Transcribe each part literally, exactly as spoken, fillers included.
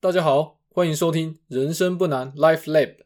大家好，欢迎收听人生不难 Life Lab。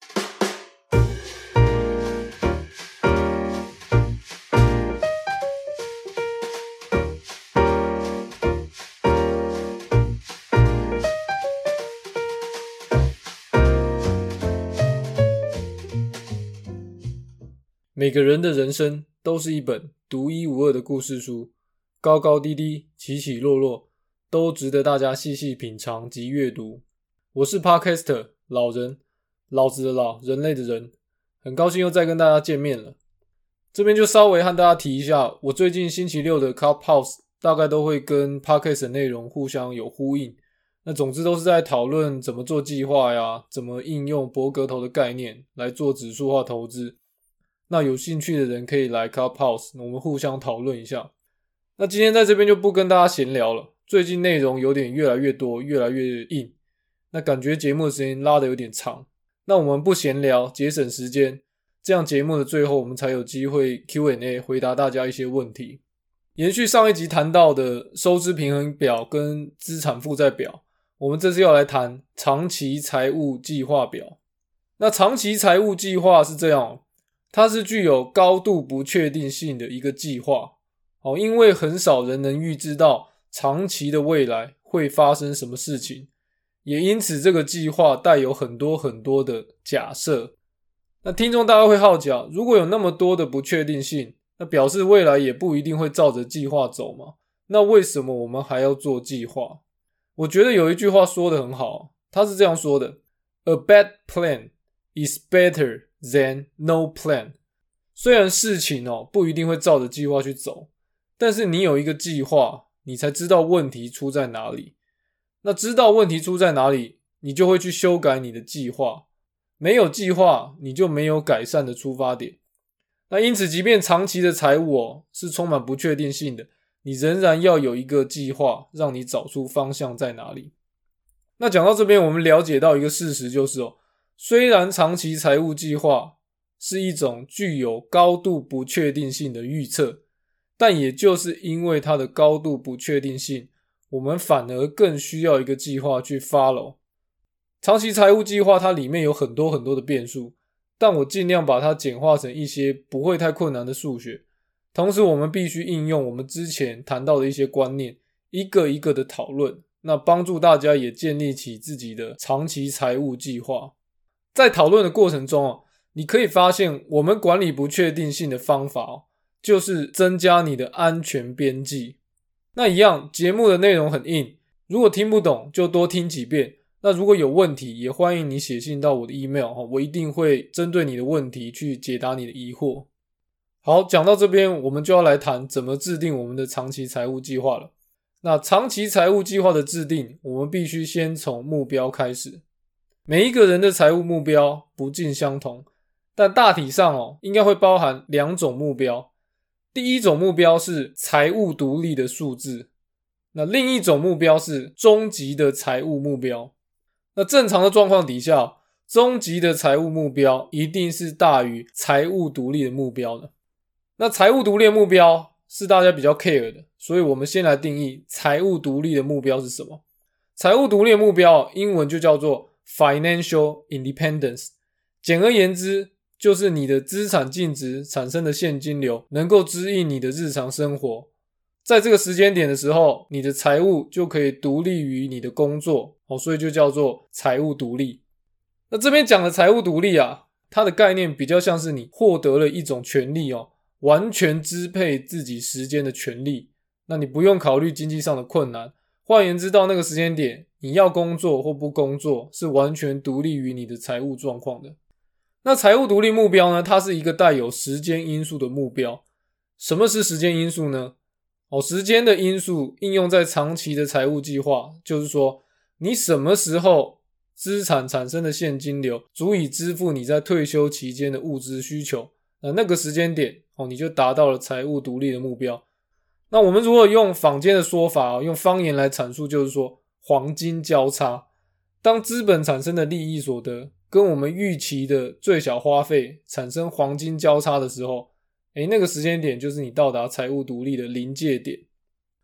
每个人的人生都是一本独一无二的故事书，高高低低，起起落落，都值得大家细细品尝及阅读。我是 Podcaster 老人，老子的老，人类的人，很高兴又再跟大家见面了。这边就稍微和大家提一下，我最近星期六的 Clubhouse 大概都会跟 Podcast 的内容互相有呼应。那总之都是在讨论怎么做计划呀，怎么应用博格头的概念来做指数化投资。那有兴趣的人可以来 Clubhouse， 我们互相讨论一下。那今天在这边就不跟大家闲聊了，最近内容有点越来越多，越来越硬，那感觉节目的时间拉得有点长。那我们不闲聊，节省时间，这样节目的最后我们才有机会 Q and A 回答大家一些问题。延续上一集谈到的收支平衡表跟资产负债表，我们这次要来谈长期财务计划表。那长期财务计划是这样，它是具有高度不确定性的一个计划，因为很少人能预知到长期的未来会发生什么事情，也因此这个计划带有很多很多的假设。那听众大概会好奇，如果有那么多的不确定性，那表示未来也不一定会照着计划走嘛？那为什么我们还要做计划？我觉得有一句话说得很好，他是这样说的 ：A bad plan is better than no plan。 虽然事情哦不一定会照着计划去走，但是你有一个计划，你才知道问题出在哪里。那知道问题出在哪里，你就会去修改你的计划。没有计划，你就没有改善的出发点。那因此即便长期的财务哦是充满不确定性的，你仍然要有一个计划，让你找出方向在哪里。那讲到这边，我们了解到一个事实，就是哦虽然长期财务计划是一种具有高度不确定性的预测，但也就是因为它的高度不确定性，我们反而更需要一个计划去 follow。 长期财务计划它里面有很多很多的变数，但我尽量把它简化成一些不会太困难的数学，同时我们必须应用我们之前谈到的一些观念，一个一个的讨论，那帮助大家也建立起自己的长期财务计划。在讨论的过程中、啊、你可以发现我们管理不确定性的方法、哦、就是增加你的安全边际。那一样，节目的内容很硬，如果听不懂就多听几遍，那如果有问题也欢迎你写信到我的 email， 我一定会针对你的问题去解答你的疑惑。好，讲到这边我们就要来谈怎么制定我们的长期财务计划了。那长期财务计划的制定，我们必须先从目标开始。每一个人的财务目标不尽相同，但大体上哦，应该会包含两种目标。第一种目标是财务独立的数字，那另一种目标是终极的财务目标。那正常的状况底下，终极的财务目标一定是大于财务独立的目标的。那财务独立的目标是大家比较 care 的，所以我们先来定义财务独立的目标是什么。财务独立的目标英文就叫做 Financial Independence， 简而言之就是你的资产净值产生的现金流能够支应你的日常生活，在这个时间点的时候，你的财务就可以独立于你的工作、哦、所以就叫做财务独立。那这边讲的财务独立啊，它的概念比较像是你获得了一种权利哦，完全支配自己时间的权利，那你不用考虑经济上的困难。换言之，到那个时间点，你要工作或不工作是完全独立于你的财务状况的。那财务独立目标呢，它是一个带有时间因素的目标。什么是时间因素呢？哦，时间的因素应用在长期的财务计划，就是说你什么时候资产产生的现金流足以支付你在退休期间的物质需求，那那个时间点、哦、你就达到了财务独立的目标。那我们如果用坊间的说法，用方言来阐述，就是说黄金交叉。当资本产生的利益所得跟我们预期的最小花费产生黄金交叉的时候，诶，那个时间点就是你到达财务独立的临界点。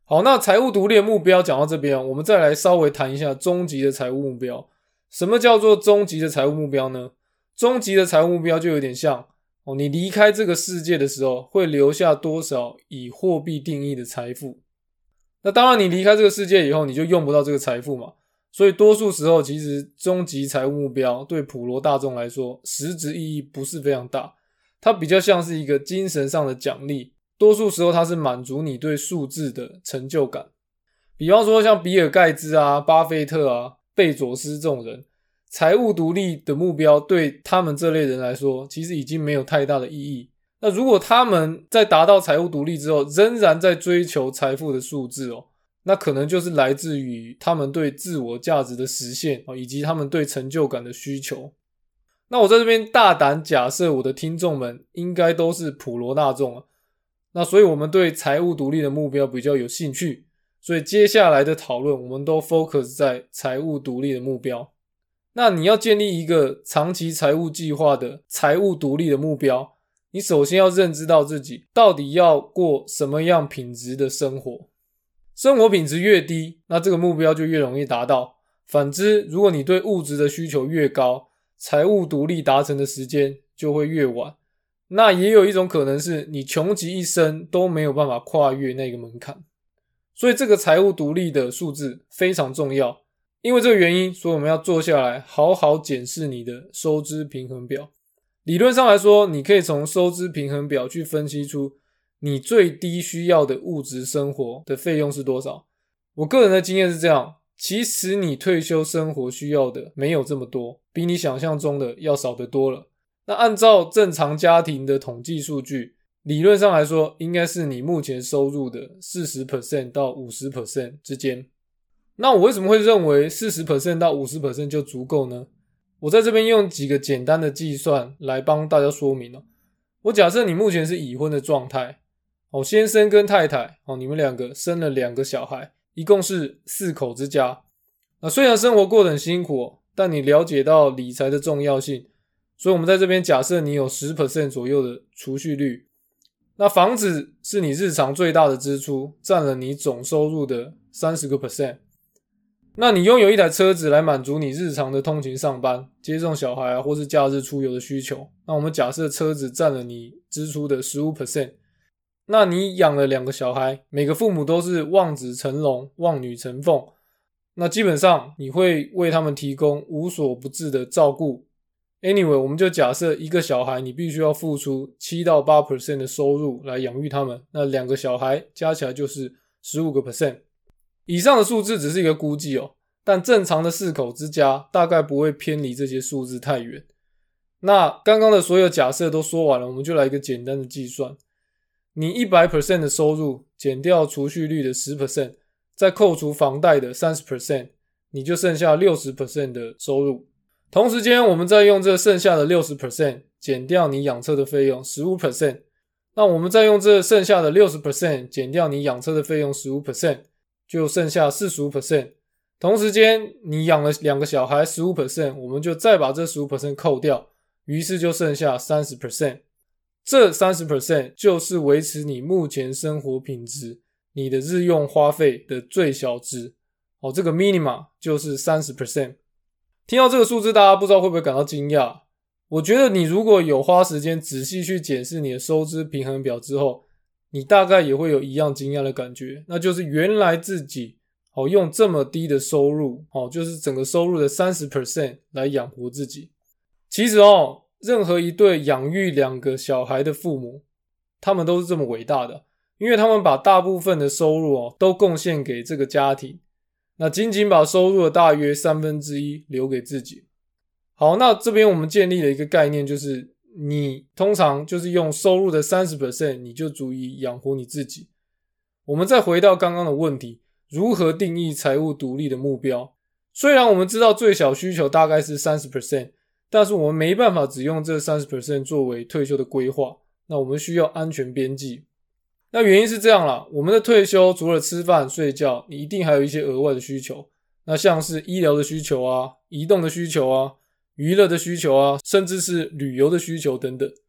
好，那财务独立的目标讲到这边，我们再来稍微谈一下终极的财务目标。什么叫做终极的财务目标呢？终极的财务目标就有点像哦，你离开这个世界的时候会留下多少以货币定义的财富。那当然你离开这个世界以后你就用不到这个财富嘛，所以多数时候其实终极财务目标对普罗大众来说实质意义不是非常大，它比较像是一个精神上的奖励，多数时候它是满足你对数字的成就感。比方说像比尔盖茨啊、巴菲特啊、贝佐斯这种人，财务独立的目标对他们这类人来说其实已经没有太大的意义。那如果他们在达到财务独立之后仍然在追求财富的数字哦，那可能就是来自于他们对自我价值的实现以及他们对成就感的需求。那我在这边大胆假设我的听众们应该都是普罗大众啊，那所以我们对财务独立的目标比较有兴趣，所以接下来的讨论我们都 focus 在财务独立的目标。那你要建立一个长期财务计划的财务独立的目标，你首先要认知到自己到底要过什么样品质的生活。生活品质越低，那这个目标就越容易达到。反之，如果你对物质的需求越高，财务独立达成的时间就会越晚。那也有一种可能是你穷极一生都没有办法跨越那个门槛。所以这个财务独立的数字非常重要。因为这个原因，所以我们要坐下来好好检视你的收支平衡表。理论上来说，你可以从收支平衡表去分析出你最低需要的物质生活的费用是多少。我个人的经验是这样，其实你退休生活需要的没有这么多，比你想象中的要少得多了。那按照正常家庭的统计数据，理论上来说应该是你目前收入的 百分之四十 到 百分之五十 之间。那我为什么会认为 百分之四十 到 百分之五十 就足够呢？我在这边用几个简单的计算来帮大家说明哦。我假设你目前是已婚的状态，哦，先生跟太太，哦，你们两个生了两个小孩，一共是四口之家。那虽然生活过得很辛苦哦，但你了解到理财的重要性，所以我们在这边假设你有 百分之十 左右的储蓄率。那房子是你日常最大的支出，占了你总收入的 百分之三十。那你拥有一台车子来满足你日常的通勤上班、接送小孩啊，或是假日出游的需求。那我们假设车子占了你支出的 百分之十五。那你养了两个小孩，每个父母都是望子成龙、望女成凤。那基本上你会为他们提供无所不至的照顾。Anyway， 我们就假设一个小孩你必须要付出 百分之七到八 的收入来养育他们，那两个小孩加起来就是 百分之十五。以上的数字只是一个估计哦，但正常的四口之家大概不会偏离这些数字太远。那刚刚的所有假设都说完了，我们就来一个简单的计算。你 百分之百 的收入减掉储蓄率的 百分之十， 再扣除房贷的 百分之三十， 你就剩下 百分之六十 的收入。同时间我们再用这剩下的 百分之六十 减掉你养车的费用 百分之十五， 那我们再用这剩下的 百分之六十 减掉你养车的费用 百分之十五， 就剩下 百分之四十五。 同时间你养了两个小孩 百分之十五， 我们就再把这 百分之十五 扣掉，于是就剩下 百分之三十。 这 百分之三十 就是维持你目前生活品质你的日用花费的最小值、哦、这个 minima 就是 百分之三十。 听到这个数字大家不知道会不会感到惊讶？我觉得你如果有花时间仔细去检视你的收支平衡表之后，你大概也会有一样惊讶的感觉，那就是原来自己、哦、用这么低的收入、哦、就是整个收入的 百分之三十 来养活自己。其实哦，任何一对养育两个小孩的父母，他们都是这么伟大的，因为他们把大部分的收入、哦、都贡献给这个家庭，那仅仅把收入的大约三分之一留给自己。好，那这边我们建立了一个概念，就是你通常就是用收入的 百分之三十 你就足以养活你自己。我们再回到刚刚的问题，如何定义财务独立的目标？虽然我们知道最小需求大概是 百分之三十， 但是我们没办法只用这 百分之三十 作为退休的规划，那我们需要安全边际。那原因是这样啦，我们的退休除了吃饭睡觉，你一定还有一些额外的需求，那像是医疗的需求啊、移动的需求啊、娱乐的需求啊，甚至是旅游的需求等等。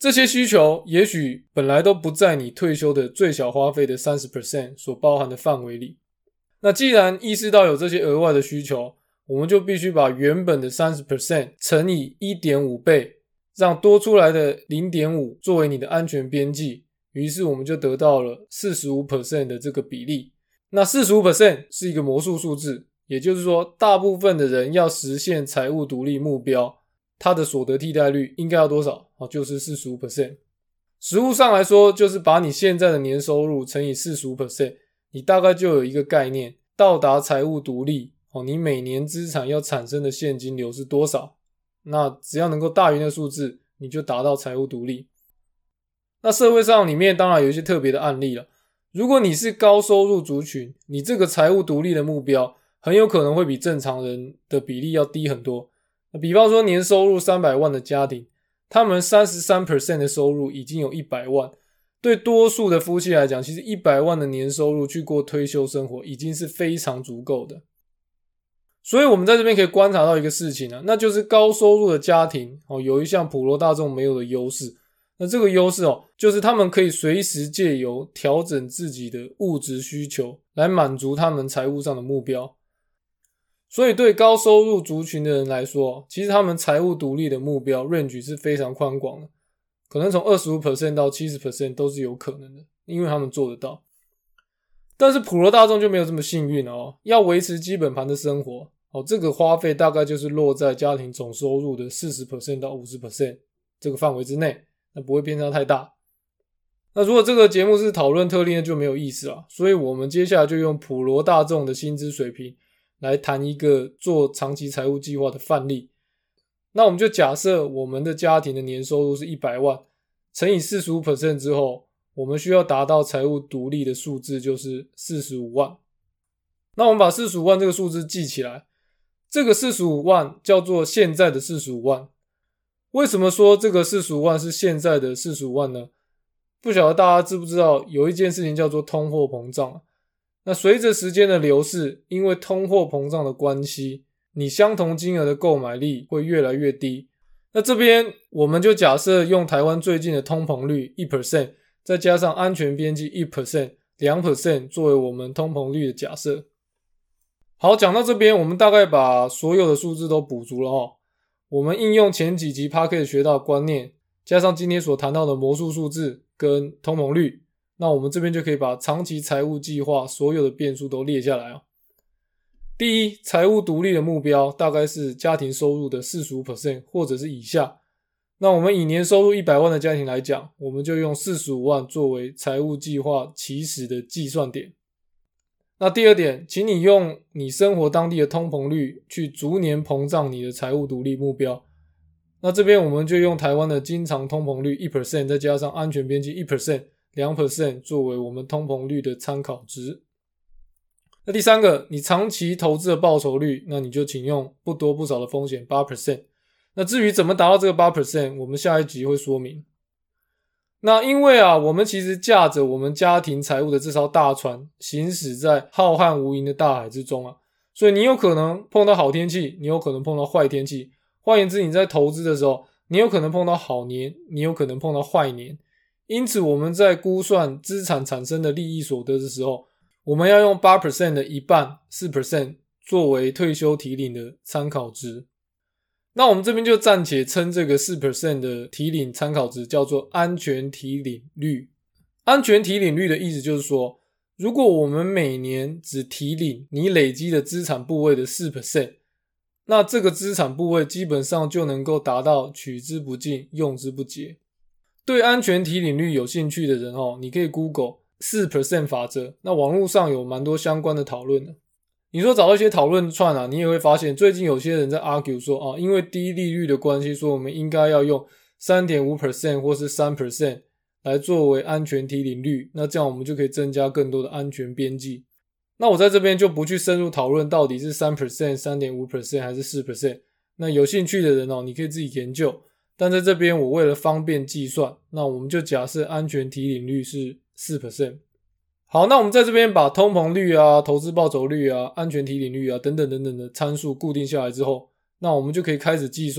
这些需求也许本来都不在你退休的最小花费的 百分之三十 所包含的范围里。那既然意识到有这些额外的需求，我们就必须把原本的 百分之三十 乘以 一点五 倍，让多出来的 零点五 作为你的安全边际，于是我们就得到了 百分之四十五 的这个比例。那 百分之四十五 是一个魔术数字，也就是说大部分的人要实现财务独立目标，他的所得替代率应该要多少？就是 百分之四十五。 实务上来说，就是把你现在的年收入乘以 百分之四十五， 你大概就有一个概念，到达财务独立，你每年资产要产生的现金流是多少。那只要能够大于那个数字，你就达到财务独立。那社会上里面当然有一些特别的案例了，如果你是高收入族群，你这个财务独立的目标很有可能会比正常人的比例要低很多。比方说年收入三百万的家庭，他们 百分之三十三 的收入已经有一百万，对多数的夫妻来讲，其实一百万的年收入去过退休生活已经是非常足够的。所以我们在这边可以观察到一个事情啊，那就是高收入的家庭哦，有一项普罗大众没有的优势。那这个优势哦，就是他们可以随时借由调整自己的物质需求来满足他们财务上的目标。所以对高收入族群的人来说，其实他们财务独立的目标 range 是非常宽广的，可能从 百分之二十五 到 百分之七十 都是有可能的，因为他们做得到。但是普罗大众就没有这么幸运哦，要维持基本盘的生活哦，这个花费大概就是落在家庭总收入的 百分之四十 到 百分之五十 这个范围之内，那不会偏差太大。那如果这个节目是讨论特例，那就没有意思了，所以我们接下来就用普罗大众的薪资水平来谈一个做长期财务计划的范例。那我们就假设我们的家庭的年收入是一百万，乘以 百分之四十五 之后，我们需要达到财务独立的数字就是四十五万。那我们把四十五万这个数字记起来，这个四十五万叫做现在的四十五万。为什么说这个四十五万是现在的四十五万呢？不晓得大家知不知道有一件事情叫做通货膨胀。那随着时间的流逝，因为通货膨胀的关系，你相同金额的购买力会越来越低。那这边我们就假设用台湾最近的通膨率 百分之一， 再加上安全边际 百分之一， 百分之二 作为我们通膨率的假设。好，讲到这边我们大概把所有的数字都补足了哦。我们应用前几集 Podcast 学到的观念，加上今天所谈到的魔术数字跟通膨率，那我们这边就可以把长期财务计划所有的变数都列下来哦。第一，财务独立的目标大概是家庭收入的 百分之四十五 或者是以下。那我们以年收入一百万的家庭来讲，我们就用四十五万作为财务计划起始的计算点。那第二点，请你用你生活当地的通膨率去逐年膨胀你的财务独立目标。那这边我们就用台湾的经常通膨率 百分之一， 再加上安全边际 百分之一， 百分之二 作为我们通膨率的参考值。那第三个，你长期投资的报酬率，那你就请用不多不少的风险 百分之八。 那至于怎么达到这个 百分之八， 我们下一集会说明。那因为啊，我们其实驾着我们家庭财务的这艘大船，行驶在浩瀚无垠的大海之中啊，所以你有可能碰到好天气，你有可能碰到坏天气。换言之，你在投资的时候，你有可能碰到好年，你有可能碰到坏年。因此我们在估算资产产生的利益所得的时候，我们要用 百分之八 的一半 百分之四 作为退休提领的参考值。那我们这边就暂且称这个 百分之四 的提领参考值叫做安全提领率。安全提领率的意思就是说，如果我们每年只提领你累积的资产部位的 百分之四， 那这个资产部位基本上就能够达到取之不尽用之不竭。对安全提领率有兴趣的人哦，你可以 Google 百分之四 法则，那网络上有蛮多相关的讨论的。你说找到一些讨论串啊，你也会发现最近有些人在 argue 说啊，因为低利率的关系，说我们应该要用 百分之三点五 或是 百分之三 来作为安全提领率，那这样我们就可以增加更多的安全边际。那我在这边就不去深入讨论到底是 百分之三、三点五 还是 百分之四， 那有兴趣的人哦，你可以自己研究。但在这边我为了方便计算，那我们就假设安全提领率是 百分之四。好，那我们在这边把通膨率啊、投资报酬率啊、安全提领率啊等等等等的参数固定下来之后，那我们就可以开始计算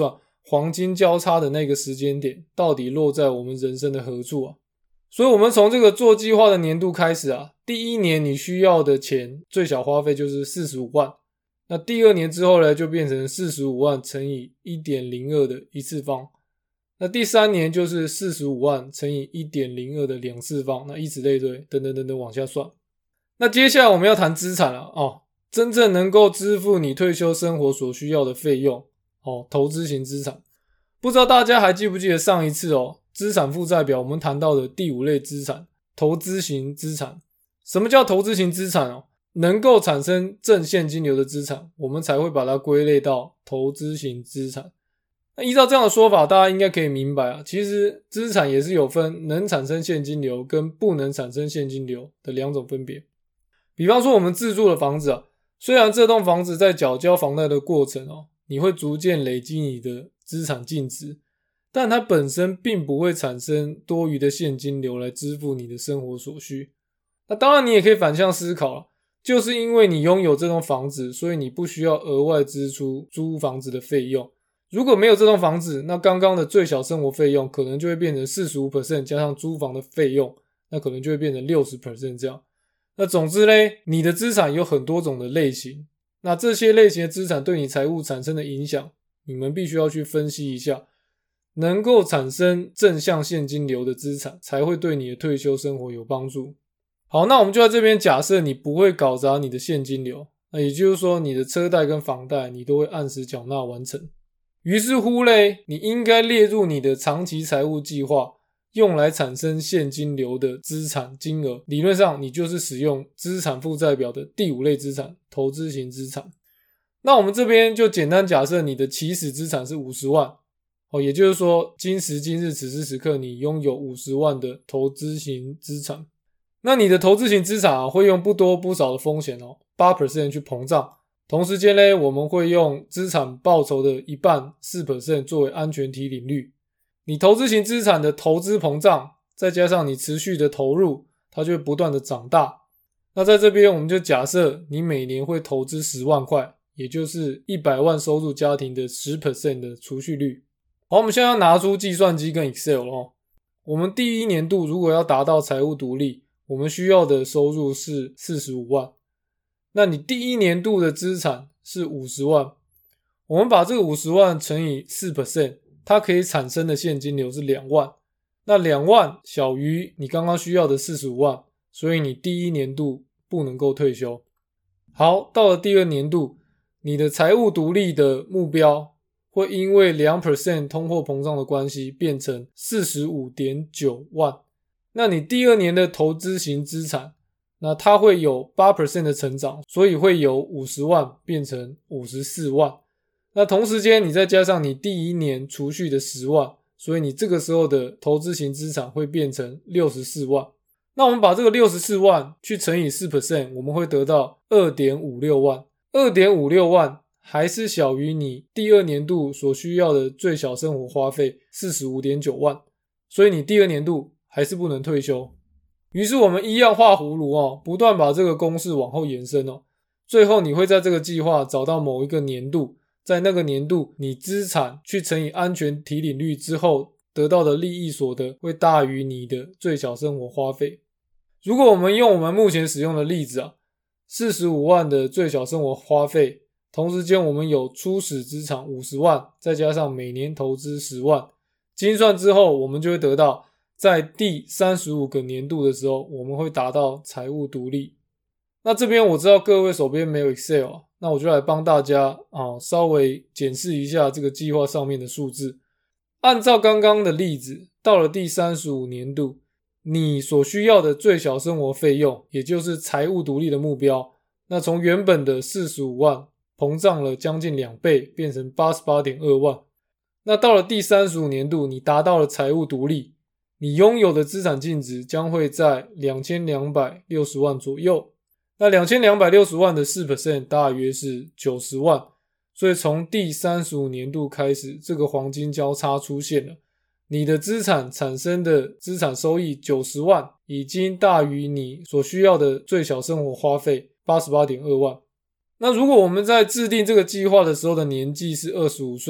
黄金交叉的那个时间点到底落在我们人生的何处啊。所以我们从这个做计划的年度开始啊，第一年你需要的钱最小花费就是四十五万，那第二年之后呢，就变成四十五万乘以 一点零二 的一次方，那第三年就是四十五万乘以 一点零二 的两次方，那以此类推，等等等等往下算。那接下来我们要谈资产了哦，真正能够支付你退休生活所需要的费用哦，投资型资产。不知道大家还记不记得上一次哦，资产负债表我们谈到的第五类资产，投资型资产。什么叫投资型资产哦？能够产生正现金流的资产，我们才会把它归类到投资型资产。那依照这样的说法，大家应该可以明白啊，其实资产也是有分能产生现金流跟不能产生现金流的两种分别。比方说我们自住的房子啊，虽然这栋房子在缴交房贷的过程哦，你会逐渐累积你的资产净值，但它本身并不会产生多余的现金流来支付你的生活所需。那当然你也可以反向思考啦，就是因为你拥有这栋房子，所以你不需要额外支出租房子的费用。如果没有这栋房子，那刚刚的最小生活费用可能就会变成 百分之四十五 加上租房的费用，那可能就会变成 百分之六十 这样。那总之咧，你的资产有很多种的类型，那这些类型的资产对你财务产生的影响，你们必须要去分析一下。能够产生正向现金流的资产，才会对你的退休生活有帮助。好，那我们就在这边假设你不会搞砸你的现金流，那也就是说你的车贷跟房贷你都会按时缴纳完成。于是乎咧，你应该列入你的长期财务计划，用来产生现金流的资产金额，理论上你就是使用资产负债表的第五类资产，投资型资产。那我们这边就简单假设你的起始资产是五十万，哦，也就是说今时今日此时此刻你拥有五十万的投资型资产。那你的投资型资产啊，会用不多不少的风险哦 百分之八 去膨胀。同时间呢，我们会用资产报酬的一半 百分之四 作为安全提领率。你投资型资产的投资膨胀，再加上你持续的投入，它就会不断的长大。那在这边我们就假设你每年会投资十万块，也就是一百万收入家庭的 百分之十 的储蓄率。好，我们现在要拿出计算机跟 Excel 了哦。我们第一年度如果要达到财务独立，我们需要的收入是四十五万。那你第一年度的资产是五十万，我们把这个五十万乘以 百分之四， 它可以产生的现金流是两万。那两万小于你刚刚需要的四十五万，所以你第一年度不能够退休。好，到了第二年度，你的财务独立的目标会因为 百分之二 通货膨胀的关系变成 四十五点九万。那你第二年的投资型资产，那它会有 百分之八 的成长，所以会由五十万变成五十四万。那同时间你再加上你第一年储蓄的十万，所以你这个时候的投资型资产会变成六十四万。那我们把这个六十四万去乘以 百分之四， 我们会得到 二点五六万。二点五六万还是小于你第二年度所需要的最小生活花费 四十五点九万，所以你第二年度还是不能退休。于是我们一样画葫芦哦，不断把这个公式往后延伸哦。最后你会在这个计划找到某一个年度，在那个年度你资产去乘以安全提领率之后得到的利益所得会大于你的最小生活花费。如果我们用我们目前使用的例子啊，四十五万的最小生活花费，同时间我们有初始资产五十万，再加上每年投资十万，精算之后我们就会得到在第三十五个年度的时候，我们会达到财务独立。那这边我知道各位手边没有 Excel， 那我就来帮大家啊稍微检视一下这个计划上面的数字。按照刚刚的例子，到了第三十五年度，你所需要的最小生活费用，也就是财务独立的目标，那从原本的四十五万膨胀了将近两倍，变成 八十八点二万。那到了第三十五年度，你达到了财务独立，你拥有的资产净值将会在两千两百六十万左右。那两千两百六十万的 百分之四 大约是九十万，所以从第三十五年度开始，这个黄金交叉出现了。你的资产产生的资产收益九十万，已经大于你所需要的最小生活花费 八十八点二万。那如果我们在制定这个计划的时候的年纪是二十五岁，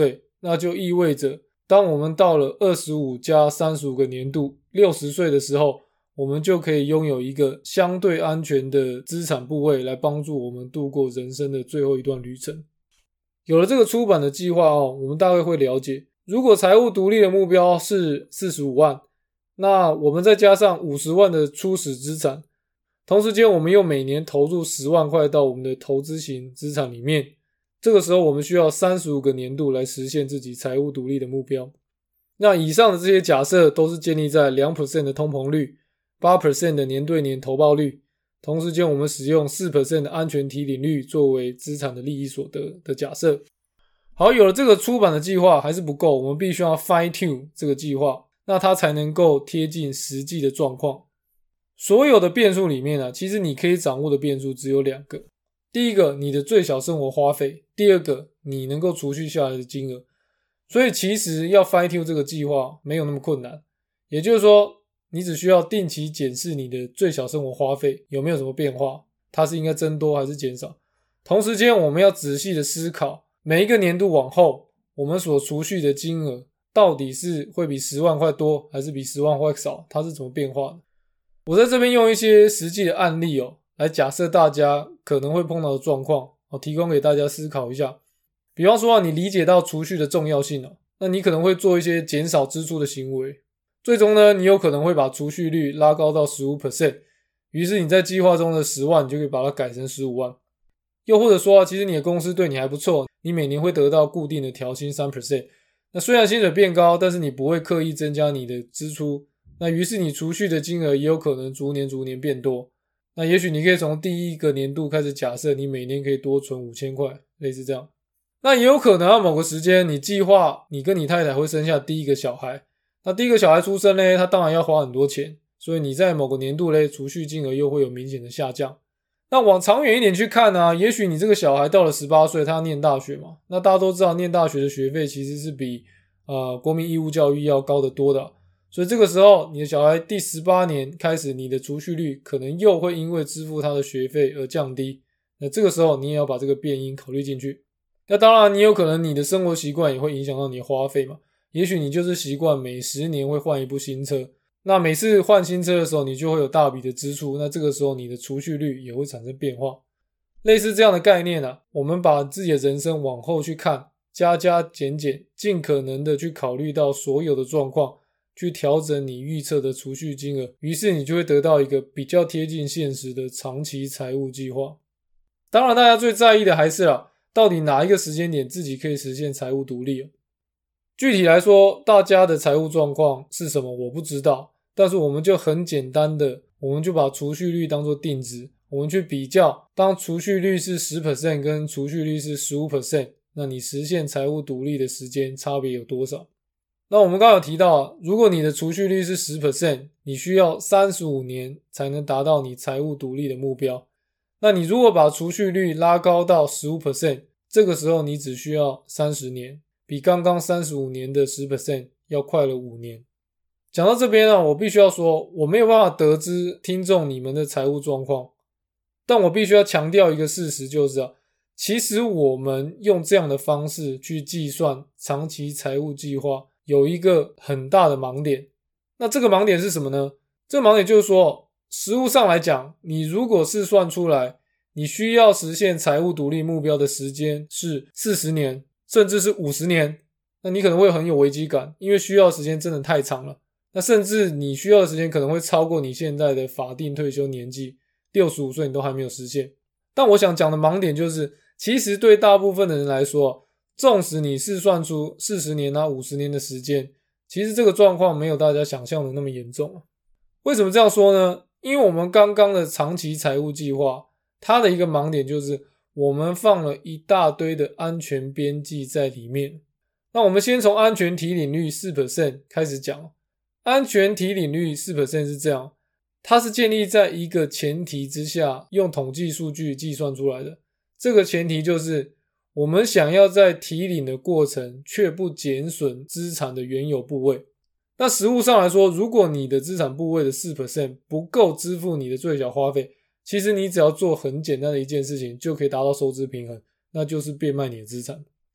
那就意味着当我们到了二十五加三十五个年度六十岁的时候，我们就可以拥有一个相对安全的资产部位来帮助我们度过人生的最后一段旅程。有了这个出版的计划哦，我们大概会了解，如果财务独立的目标是四十五万，那我们再加上五十万的初始资产，同时间我们又每年投入十万块到我们的投资型资产里面，这个时候我们需要三十五个年度来实现自己财务独立的目标。那以上的这些假设都是建立在 百分之二 的通膨率， 百分之八 的年对年投报率，同时间我们使用 百分之四 的安全提领率作为资产的利益所得的假设。好，有了这个出版的计划还是不够，我们必须要 fine tune 这个计划，那它才能够贴近实际的状况。所有的变数里面啊，其实你可以掌握的变数只有两个。第一个，你的最小生活花费；第二个，你能够储蓄下来的金额。所以其实要 fine tune 这个计划没有那么困难，也就是说你只需要定期检视你的最小生活花费有没有什么变化，它是应该增多还是减少。同时间我们要仔细的思考，每一个年度往后我们所储蓄的金额到底是会比十万块多还是比十万块少，它是怎么变化的。我在这边用一些实际的案例哦，来假设大家可能会碰到的状况，提供给大家思考一下。比方说你理解到储蓄的重要性，那你可能会做一些减少支出的行为，最终呢，你有可能会把储蓄率拉高到 百分之十五， 于是你在计划中的十万你就可以把它改成十五万。又或者说其实你的公司对你还不错，你每年会得到固定的调薪 百分之三， 那虽然薪水变高，但是你不会刻意增加你的支出，那于是你储蓄的金额也有可能逐年逐年变多。那也许你可以从第一个年度开始假设你每年可以多存五千块，类似这样。那也有可能啊，某个时间你计划你跟你太太会生下第一个小孩，那第一个小孩出生呢，他当然要花很多钱，所以你在某个年度呢，储蓄金额又会有明显的下降。那往长远一点去看啊，也许你这个小孩到了十八岁，他要念大学嘛，那大家都知道念大学的学费其实是比呃国民义务教育要高得多的，啊，所以这个时候你的小孩第十八年开始，你的储蓄率可能又会因为支付他的学费而降低，那这个时候你也要把这个变因考虑进去。那当然你有可能你的生活习惯也会影响到你的花费嘛，也许你就是习惯每十年会换一部新车，那每次换新车的时候你就会有大笔的支出，那这个时候你的储蓄率也会产生变化。类似这样的概念啊，我们把自己的人生往后去看，加加减减，尽可能的去考虑到所有的状况，去调整你预测的储蓄金额，于是你就会得到一个比较贴近现实的长期财务计划。当然大家最在意的还是啊，到底哪一个时间点自己可以实现财务独立？具体来说，大家的财务状况是什么我不知道，但是我们就很简单的，我们就把储蓄率当作定值，我们去比较，当储蓄率是 百分之十 跟储蓄率是 百分之十五， 那你实现财务独立的时间差别有多少？那我们刚刚有提到啊，如果你的储蓄率是 百分之十， 你需要三十五年才能达到你财务独立的目标。那你如果把储蓄率拉高到 百分之十五， 这个时候你只需要三十年，比刚刚三十五年的 百分之十 要快了五年。讲到这边啊，我必须要说，我没有办法得知听众你们的财务状况，但我必须要强调一个事实，就是啊，其实我们用这样的方式去计算长期财务计划有一个很大的盲点。那这个盲点是什么呢？这个盲点就是说，实务上来讲，你如果试算出来你需要实现财务独立目标的时间是四十年甚至是五十年，那你可能会很有危机感，因为需要的时间真的太长了。那甚至你需要的时间可能会超过你现在的法定退休年纪，六十五岁你都还没有实现。但我想讲的盲点就是，其实对大部分的人来说，纵使你试算出四十年啊五十年的时间，其实这个状况没有大家想象的那么严重。为什么这样说呢？因为我们刚刚的长期财务计划，它的一个盲点就是我们放了一大堆的安全边际在里面。那我们先从安全提领率 百分之四 开始讲。安全提领率 百分之四 是这样，它是建立在一个前提之下，用统计数据计算出来的。这个前提就是我们想要在提领的过程却不减损资产的原有部位。那实务上来说，如果你的资产部位的 百分之四 不够支付你的最小花费，其实你只要做很简单的一件事情就可以达到收支平衡，那就是变卖你的资产。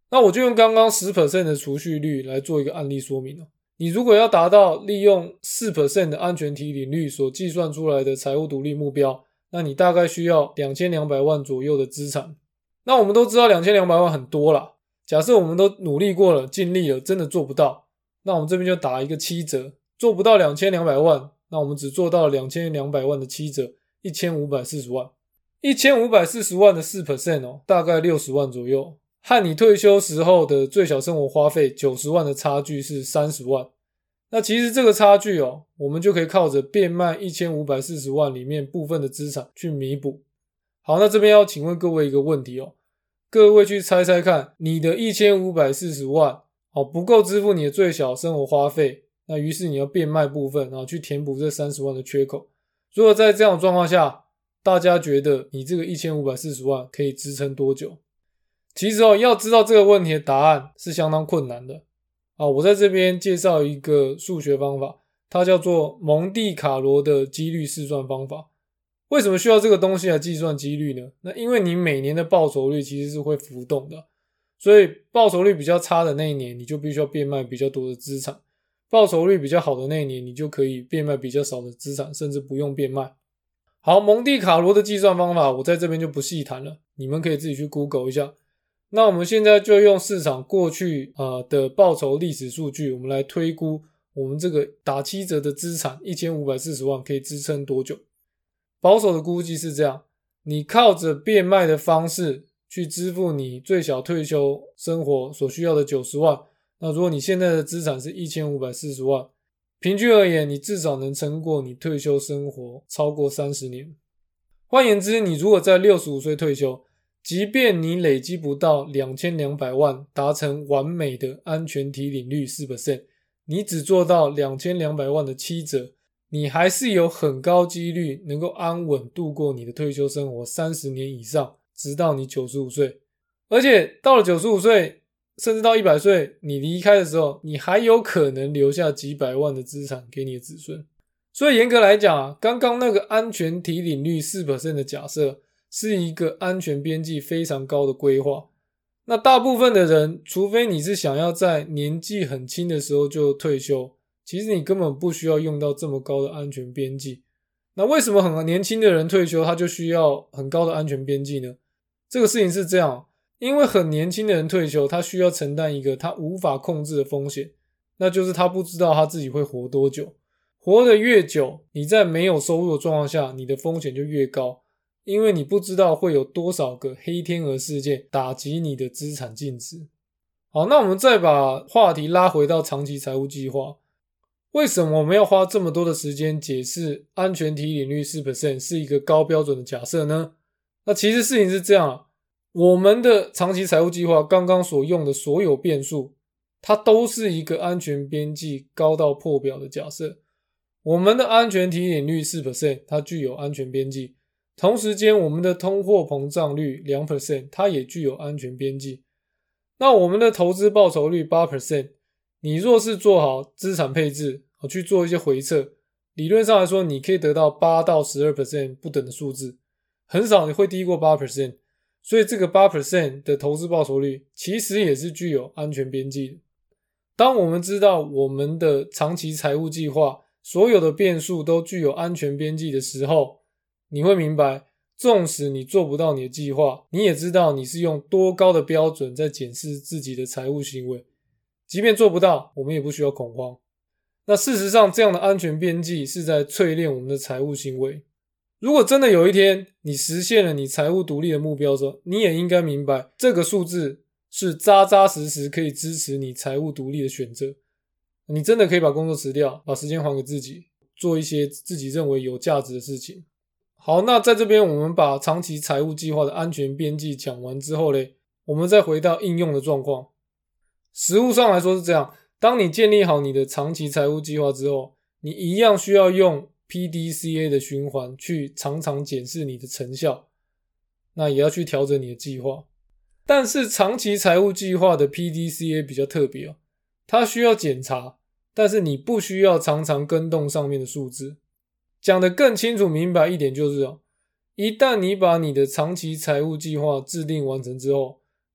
那我就用刚刚 百分之十 的储蓄率来做一个案例说明哦。你如果要达到利用 百分之四 的安全提领率所计算出来的财务独立目标，那你大概需要两千两百万左右的资产。那我们都知道两千两百万很多啦，假设我们都努力过了，尽力了，真的做不到，那我们这边就打一个七折，做不到两千两百万，那我们只做到了两千两百万的七折，一千五百四十万。一千五百四十万的 百分之四 哦，大概六十万左右，和你退休时候的最小生活花费九十万的差距是三十万。那其实这个差距哦，我们就可以靠着变卖一千五百四十万里面部分的资产去弥补。好，那这边要请问各位一个问题哦，各位去猜猜看，你的一千五百四十万哦不够支付你的最小生活花费，那于是你要变卖部分，然后去填补这三十万的缺口。如果在这样的状况下，大家觉得你这个一千五百四十万可以支撑多久？其实哦，要知道这个问题的答案是相当困难的啊！我在这边介绍一个数学方法，它叫做蒙地卡罗的几率试算方法。为什么需要这个东西来计算几率呢？那因为你每年的报酬率其实是会浮动的，所以报酬率比较差的那一年，你就必须要变卖比较多的资产；报酬率比较好的那一年，你就可以变卖比较少的资产，甚至不用变卖。好，蒙地卡罗的计算方法我在这边就不细谈了，你们可以自己去 Google 一下。那我们现在就用市场过去、呃、的报酬历史数据，我们来推估我们这个打七折的资产一千五百四十万可以支撑多久。保守的估计是这样，你靠着变卖的方式去支付你最小退休生活所需要的九十万，那如果你现在的资产是一千五百四十万，平均而言你至少能撑过你退休生活超过三十年。换言之，你如果在六十五岁退休，即便你累积不到两千两百万达成完美的安全提领率 百分之四， 你只做到两千两百万的七折，你还是有很高几率能够安稳度过你的退休生活三十年以上，直到你九十五岁。而且到了九十五岁甚至到一百岁，你离开的时候，你还有可能留下几百万的资产给你的子孙。所以严格来讲啊，刚刚那个安全提领率 百分之四 的假设是一个安全边际非常高的规划。那大部分的人，除非你是想要在年纪很轻的时候就退休，其实你根本不需要用到这么高的安全边际。那为什么很年轻的人退休他就需要很高的安全边际呢？这个事情是这样，因为很年轻的人退休，他需要承担一个他无法控制的风险，那就是他不知道他自己会活多久。活得越久，你在没有收入的状况下，你的风险就越高，因为你不知道会有多少个黑天鹅事件打击你的资产净值。好，那我们再把话题拉回到长期财务计划。为什么我们要花这么多的时间解释安全提领率 百分之四 是一个高标准的假设呢？那其实事情是这样啊，我们的长期财务计划刚刚所用的所有变数，它都是一个安全边际高到破表的假设。我们的安全提领率 百分之四 它具有安全边际，同时间我们的通货膨胀率 百分之二 它也具有安全边际。那我们的投资报酬率 百分之八， 你若是做好资产配置，去做一些回测，理论上来说你可以得到 百分之八到百分之十二 不等的数字，很少你会低过 百分之八， 所以这个 百分之八 的投资报酬率其实也是具有安全边际的。当我们知道我们的长期财务计划所有的变数都具有安全边际的时候，你会明白，纵使你做不到你的计划，你也知道你是用多高的标准在检视自己的财务行为。即便做不到，我们也不需要恐慌。那事实上，这样的安全边际是在淬炼我们的财务行为。如果真的有一天你实现了你财务独立的目标之后，你也应该明白，这个数字是扎扎实实可以支持你财务独立的选择。你真的可以把工作辞掉，把时间还给自己，做一些自己认为有价值的事情。好，那在这边我们把长期财务计划的安全边际讲完之后咧，我们再回到应用的状况。实务上来说是这样，当你建立好你的长期财务计划之后，你一样需要用 P D C A 的循环去常常检视你的成效，那也要去调整你的计划。但是长期财务计划的 P D C A 比较特别哦，它需要检查，但是你不需要常常更动上面的数字。讲得更清楚明白一点就是哦，一旦你把你的长期财务计划制定完成之后，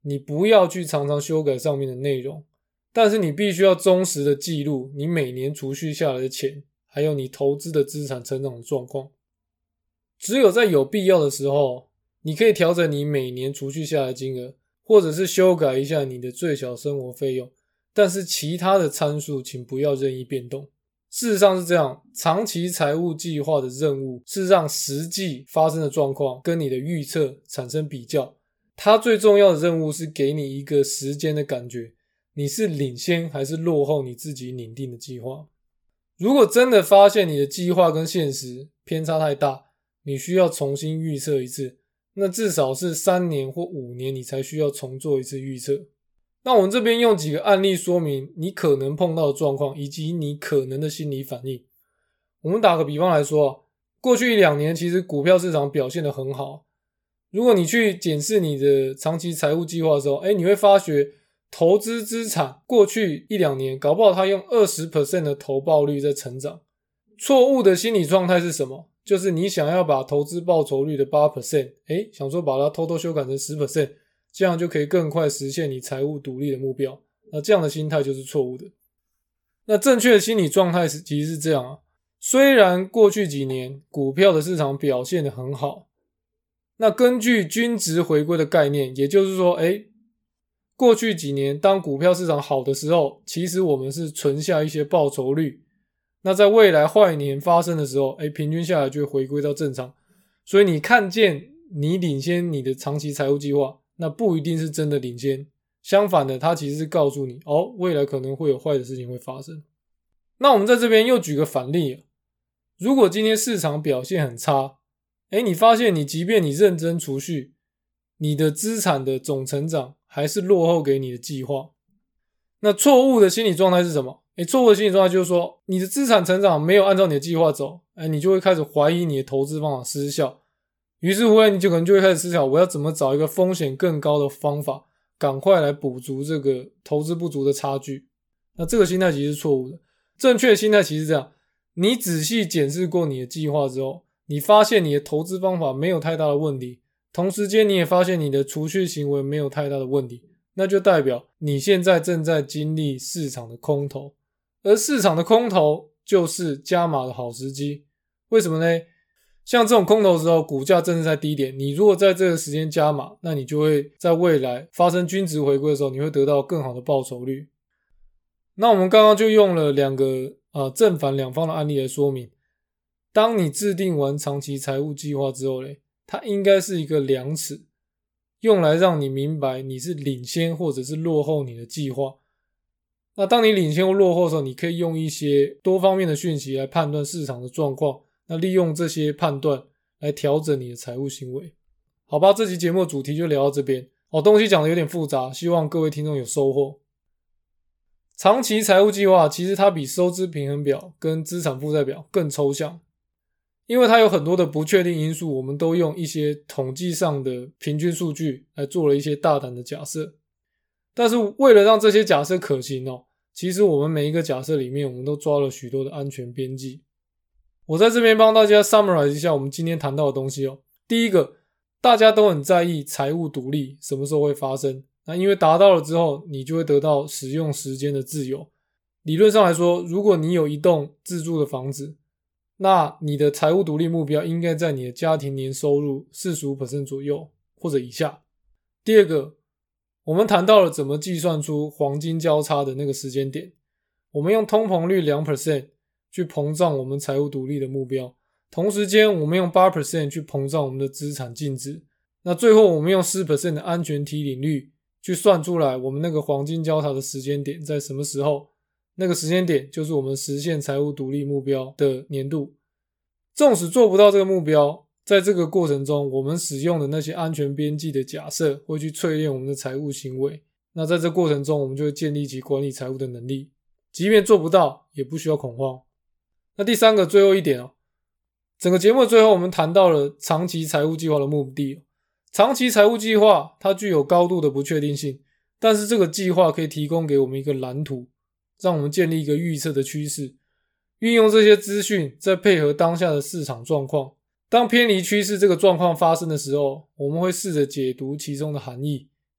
你不要去常常修改上面的内容，但是你必须要忠实的记录你每年储蓄下来的钱，还有你投资的资产成长的状况。只有在有必要的时候，你可以调整你每年储蓄下来的金额，或者是修改一下你的最小生活费用，但是其他的参数请不要任意变动。事实上是这样，长期财务计划的任务是让实际发生的状况跟你的预测产生比较，它最重要的任务是给你一个时间的感觉，你是领先还是落后你自己拟定的计划。如果真的发现你的计划跟现实偏差太大，你需要重新预测一次，那至少是三年或五年你才需要重做一次预测。那我们这边用几个案例说明你可能碰到的状况以及你可能的心理反应。我们打个比方来说啊，过去一两年其实股票市场表现得很好，如果你去检视你的长期财务计划的时候，诶，你会发觉投资资产过去一两年搞不好它用 百分之二十 的投报率在成长。错误的心理状态是什么？就是你想要把投资报酬率的 百分之八， 诶，想说把它偷偷修改成 百分之十， 这样就可以更快实现你财务独立的目标。那这样的心态就是错误的。那正确的心理状态其实是这样啊，虽然过去几年股票的市场表现得很好，那根据均值回归的概念，也就是说，诶，过去几年当股票市场好的时候，其实我们是存下一些报酬率，那在未来坏年发生的时候，诶，平均下来就会回归到正常。所以你看见你领先你的长期财务计划，那不一定是真的领先，相反的，它其实是告诉你，哦，未来可能会有坏的事情会发生。那我们在这边又举个反例啊，如果今天市场表现很差，诶，你发现你即便你认真储蓄，你的资产的总成长还是落后给你的计划。那错误的心理状态是什么？诶，错误的心理状态就是说，你的资产成长没有按照你的计划走，诶，你就会开始怀疑你的投资方法失效。于是乎，你就可能就会开始思考，我要怎么找一个风险更高的方法，赶快来补足这个投资不足的差距。那这个心态其实是错误的。正确的心态其实是这样，你仔细检视过你的计划之后，你发现你的投资方法没有太大的问题，同时间你也发现你的储蓄行为没有太大的问题，那就代表你现在正在经历市场的空头，而市场的空头就是加码的好时机。为什么呢？像这种空头的时候，股价正是在低点，你如果在这个时间加码，那你就会在未来发生均值回归的时候，你会得到更好的报酬率。那我们刚刚就用了两个呃正反两方的案例来说明，当你制定完长期财务计划之后咧，它应该是一个量尺，用来让你明白你是领先或者是落后你的计划。那当你领先或落后的时候，你可以用一些多方面的讯息来判断市场的状况，那利用这些判断来调整你的财务行为。好吧，这期节目的主题就聊到这边哦，东西讲的有点复杂，希望各位听众有收获。长期财务计划其实它比收支平衡表跟资产负债表更抽象，因为它有很多的不确定因素，我们都用一些统计上的平均数据来做了一些大胆的假设。但是为了让这些假设可行哦，其实我们每一个假设里面我们都抓了许多的安全边际。我在这边帮大家 summarize 一下我们今天谈到的东西哦。第一个，大家都很在意财务独立什么时候会发生，那因为达到了之后，你就会得到使用时间的自由。理论上来说，如果你有一栋自住的房子，那你的财务独立目标应该在你的家庭年收入 百分之四十五 左右或者以下。第二个，我们谈到了怎么计算出黄金交叉的那个时间点，我们用通膨率 百分之二 去膨胀我们财务独立的目标，同时间我们用 百分之八 去膨胀我们的资产净值，那最后我们用 百分之十 的安全提领率去算出来我们那个黄金交叉的时间点在什么时候，那个时间点就是我们实现财务独立目标的年度。纵使做不到这个目标，在这个过程中我们使用的那些安全边际的假设会去淬炼我们的财务行为，那在这过程中我们就会建立起管理财务的能力，即便做不到也不需要恐慌。那第三个，最后一点哦，整个节目的最后我们谈到了长期财务计划的目的。长期财务计划它具有高度的不确定性，但是这个计划可以提供给我们一个蓝图，让我们建立一个预测的趋势，运用这些资讯再配合当下的市场状况，当偏离趋势这个状况发生的时候，我们会试着解读其中的含义，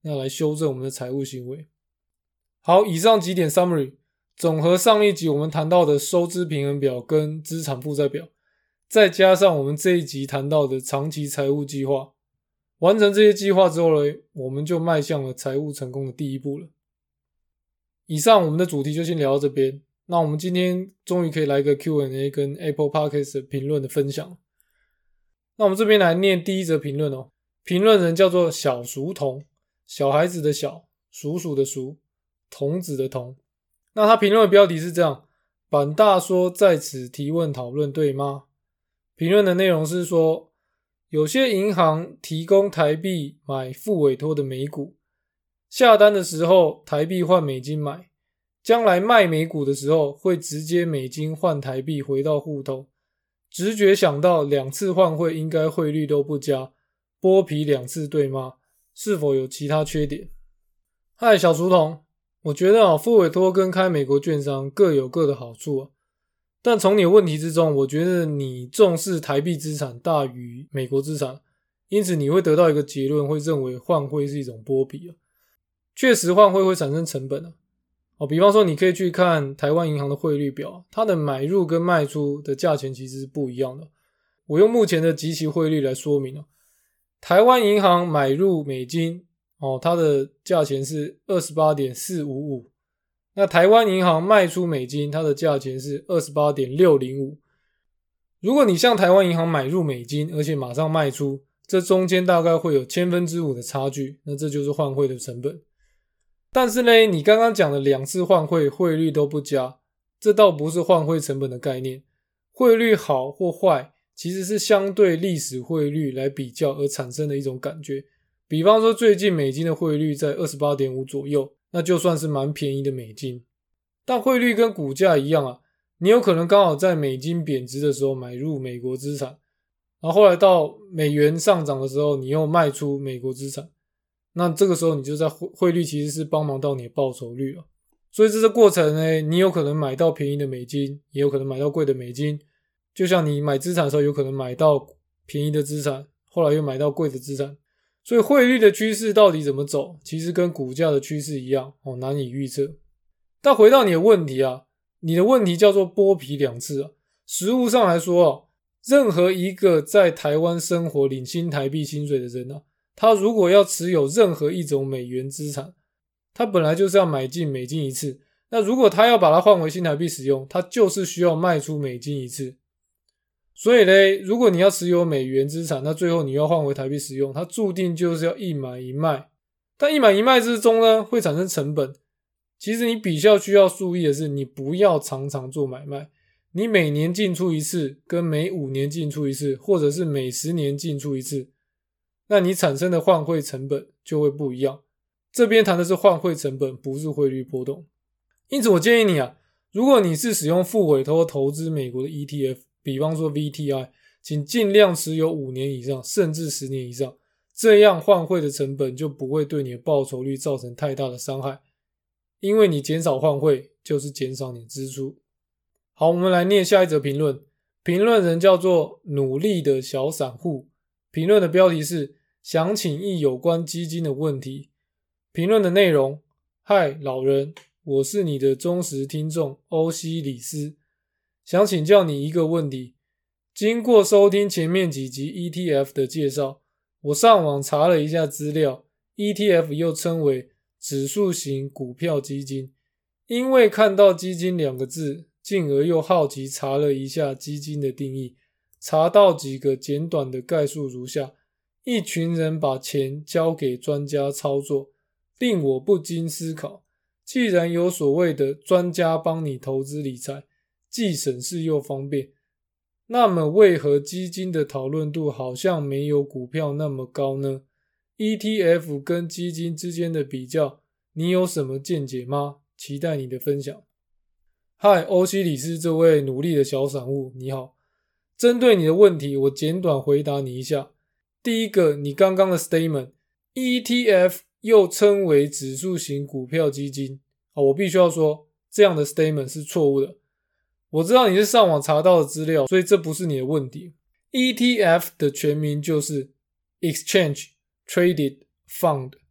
要来修正我们的财务行为。好，以上几点 summary 总和上一集我们谈到的收支平衡表跟资产负债表，再加上我们这一集谈到的长期财务计划，完成这些计划之后呢，我们就迈向了财务成功的第一步了。以上我们的主题就先聊到这边，那我们今天终于可以来一个 Q and A 跟 Apple Podcast 的评论的分享。那我们这边来念第一则评论哦，评论人叫做小熟童，小孩子的小，鼠鼠的鼠，童子的童。那他评论的标题是这样，板大说在此提问讨论对吗？评论的内容是说，有些银行提供台币买副委托的美股，下单的时候台币换美金买，将来卖美股的时候会直接美金换台币回到户头，直觉想到两次换汇应该汇率都不佳，剥皮两次对吗？是否有其他缺点？嗨，小书童，我觉得啊，副委托跟开美国券商各有各的好处啊。但从你的问题之中，我觉得你重视台币资产大于美国资产，因此你会得到一个结论，会认为换汇是一种剥皮啊。确实换汇会产生成本啊。哦，比方说你可以去看台湾银行的汇率表，它的买入跟卖出的价钱其实是不一样的。我用目前的即期汇率来说明啊，台湾银行买入美金哦，它的价钱是 二十八点四五五， 那台湾银行卖出美金，它的价钱是 二十八点六零五。 如果你向台湾银行买入美金，而且马上卖出，这中间大概会有千分之五的差距，那这就是换汇的成本。但是呢，你刚刚讲的两次换汇汇率都不佳，这倒不是换汇成本的概念。汇率好或坏其实是相对历史汇率来比较而产生的一种感觉。比方说最近美金的汇率在 二十八点五 左右，那就算是蛮便宜的美金。但汇率跟股价一样啊，你有可能刚好在美金贬值的时候买入美国资产，然后后来到美元上涨的时候你又卖出美国资产，那这个时候你就在汇率其实是帮忙到你的报酬率了。所以这个过程呢，你有可能买到便宜的美金，也有可能买到贵的美金，就像你买资产的时候有可能买到便宜的资产，后来又买到贵的资产。所以汇率的趋势到底怎么走，其实跟股价的趋势一样哦，难以预测。但回到你的问题啊，你的问题叫做剥皮两次啊。实务上来说啊，任何一个在台湾生活领新台币薪水的人啊，他如果要持有任何一种美元资产，他本来就是要买进美金一次，那如果他要把它换回新台币使用，他就是需要卖出美金一次。所以呢，如果你要持有美元资产，那最后你要换回台币使用，它注定就是要一买一卖。但一买一卖之中呢，会产生成本。其实你比较需要注意的是，你不要常常做买卖。你每年进出一次，跟每五年进出一次，或者是每十年进出一次，那你产生的换汇成本就会不一样。这边谈的是换汇成本，不是汇率波动。因此我建议你啊，如果你是使用副委托投资美国的 E T F， 比方说 V T I， 请尽量持有五年以上，甚至十年以上，这样换汇的成本就不会对你的报酬率造成太大的伤害。因为你减少换汇，就是减少你的支出。好，我们来念下一则评论。评论人叫做努力的小散户，评论的标题是想请益有关基金的问题。评论的内容，嗨老人，我是你的忠实听众欧西里斯，想请教你一个问题。经过收听前面几集 E T F 的介绍，我上网查了一下资料， E T F 又称为指数型股票基金。因为看到基金两个字，进而又好奇查了一下基金的定义，查到几个简短的概述如下：一群人把钱交给专家操作，令我不禁思考，既然有所谓的专家帮你投资理财，既省事又方便，那么为何基金的讨论度好像没有股票那么高呢？ E T F 跟基金之间的比较，你有什么见解吗？期待你的分享。嗨，欧西里斯这位努力的小散户，你好。针对你的问题，我简短回答你一下。第一个，你刚刚的 statement， E T F 又称为指数型股票基金，哦，我必须要说，这样的 statement 是错误的。我知道你是上网查到的资料，所以这不是你的问题。E T F 的全名就是 Exchange Traded Fund，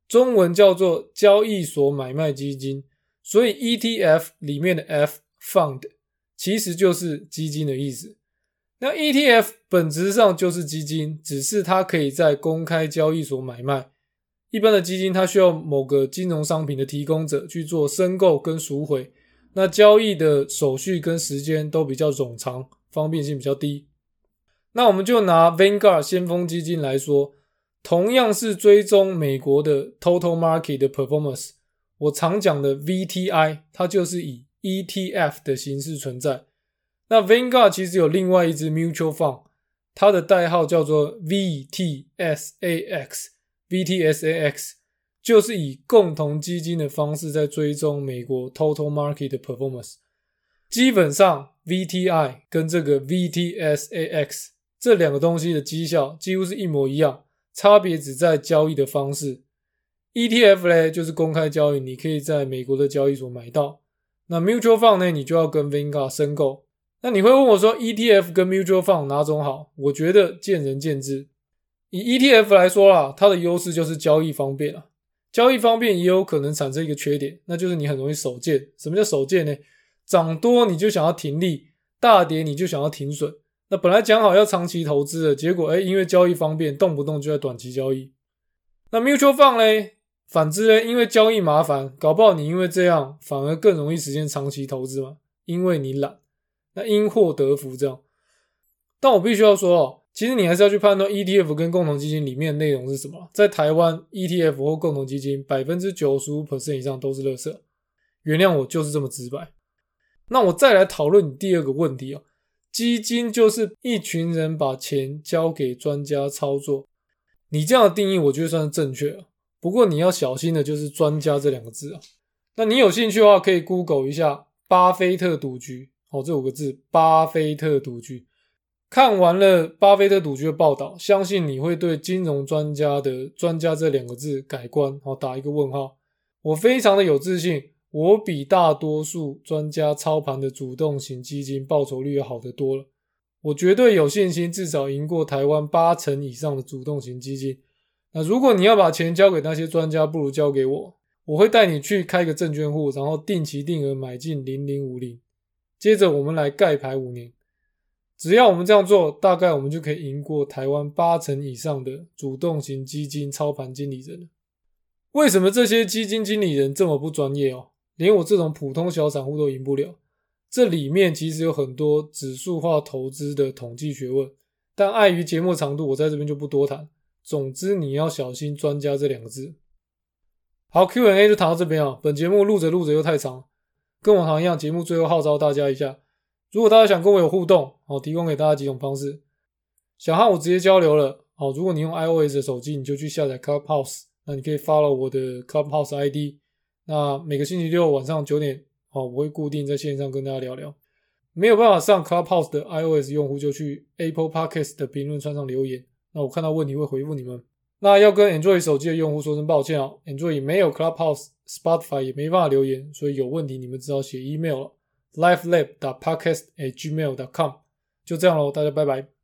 中文叫做交易所买卖基金，所以 E T F 里面的 F Fund 其实就是基金的意思。那 E T F 本质上就是基金，只是它可以在公开交易所买卖。一般的基金它需要某个金融商品的提供者去做申购跟赎回，那交易的手续跟时间都比较冗长，方便性比较低。那我们就拿 Vanguard 先锋基金来说，同样是追踪美国的 Total Market 的 Performance， 我常讲的 V T I 它就是以 E T F 的形式存在。那 Vanguard 其实有另外一支 Mutual Fund， 它的代号叫做 V T S A X， V T S A X 就是以共同基金的方式在追踪美国 Total Market 的 Performance。 基本上 V T I 跟这个 V T S A X 这两个东西的绩效几乎是一模一样，差别只在交易的方式。 E T F 呢就是公开交易，你可以在美国的交易所买到。那 Mutual Fund 呢，你就要跟 Vanguard 申购。那你会问我说 E T F 跟 Mutual Fund 哪种好？我觉得见仁见智。以 E T F 来说啦，它的优势就是交易方便啦。交易方便也有可能产生一个缺点，那就是你很容易手贱。什么叫手贱呢？涨多你就想要停利，大跌你就想要停损。那本来讲好要长期投资的，结果诶因为交易方便，动不动就在短期交易。那 Mutual Fund 呢？反之呢，因为交易麻烦，搞不好你因为这样反而更容易实现长期投资嘛，因为你懒。那因祸得福这样。但我必须要说哦，其实你还是要去判断 E T F 跟共同基金里面的内容是什么。在台湾 E T F 或共同基金 百分之九十五 以上都是垃圾，原谅我就是这么直白。那我再来讨论你第二个问题哦，基金就是一群人把钱交给专家操作，你这样的定义我觉得算是正确了。不过你要小心的就是专家这两个字啊。那你有兴趣的话可以 Google 一下巴菲特赌局哦，这五个字，巴菲特赌局。看完了巴菲特赌局的报道，相信你会对金融专家的专家这两个字改观，哦，打一个问号。我非常的有自信，我比大多数专家操盘的主动型基金报酬率要好得多了。我绝对有信心至少赢过台湾八成以上的主动型基金。那如果你要把钱交给那些专家，不如交给我，我会带你去开个证券户，然后定期定额买进零零五零，接着我们来盖牌五年。只要我们这样做，大概我们就可以赢过台湾八成以上的主动型基金操盘经理人了。为什么这些基金经理人这么不专业哦？连我这种普通小散户都赢不了。这里面其实有很多指数化投资的统计学问，但碍于节目长度，我在这边就不多谈。总之你要小心专家这两个字。好， Q and A 就谈到这边啊。本节目录着录着又太长，跟往常一样，节目最后号召大家一下，如果大家想跟我有互动，好，提供给大家几种方式。想和我直接交流了，好，如果你用 iOS 的手机，你就去下载 Clubhouse， 那你可以 follow 我的 Clubhouse I D。那每个星期六晚上九点，好，我会固定在线上跟大家聊聊。没有办法上 Clubhouse 的 iOS 用户就去 Apple Podcast 的评论串上留言，那我看到问题会回复你们。那要跟 Android 手机的用户说声抱歉哦 ，Android 没有 Clubhouse，Spotify 也没办法留言，所以有问题你们只好写 email 了。lifelab dot podcast at gmail dot com 就这样咯，大家拜拜。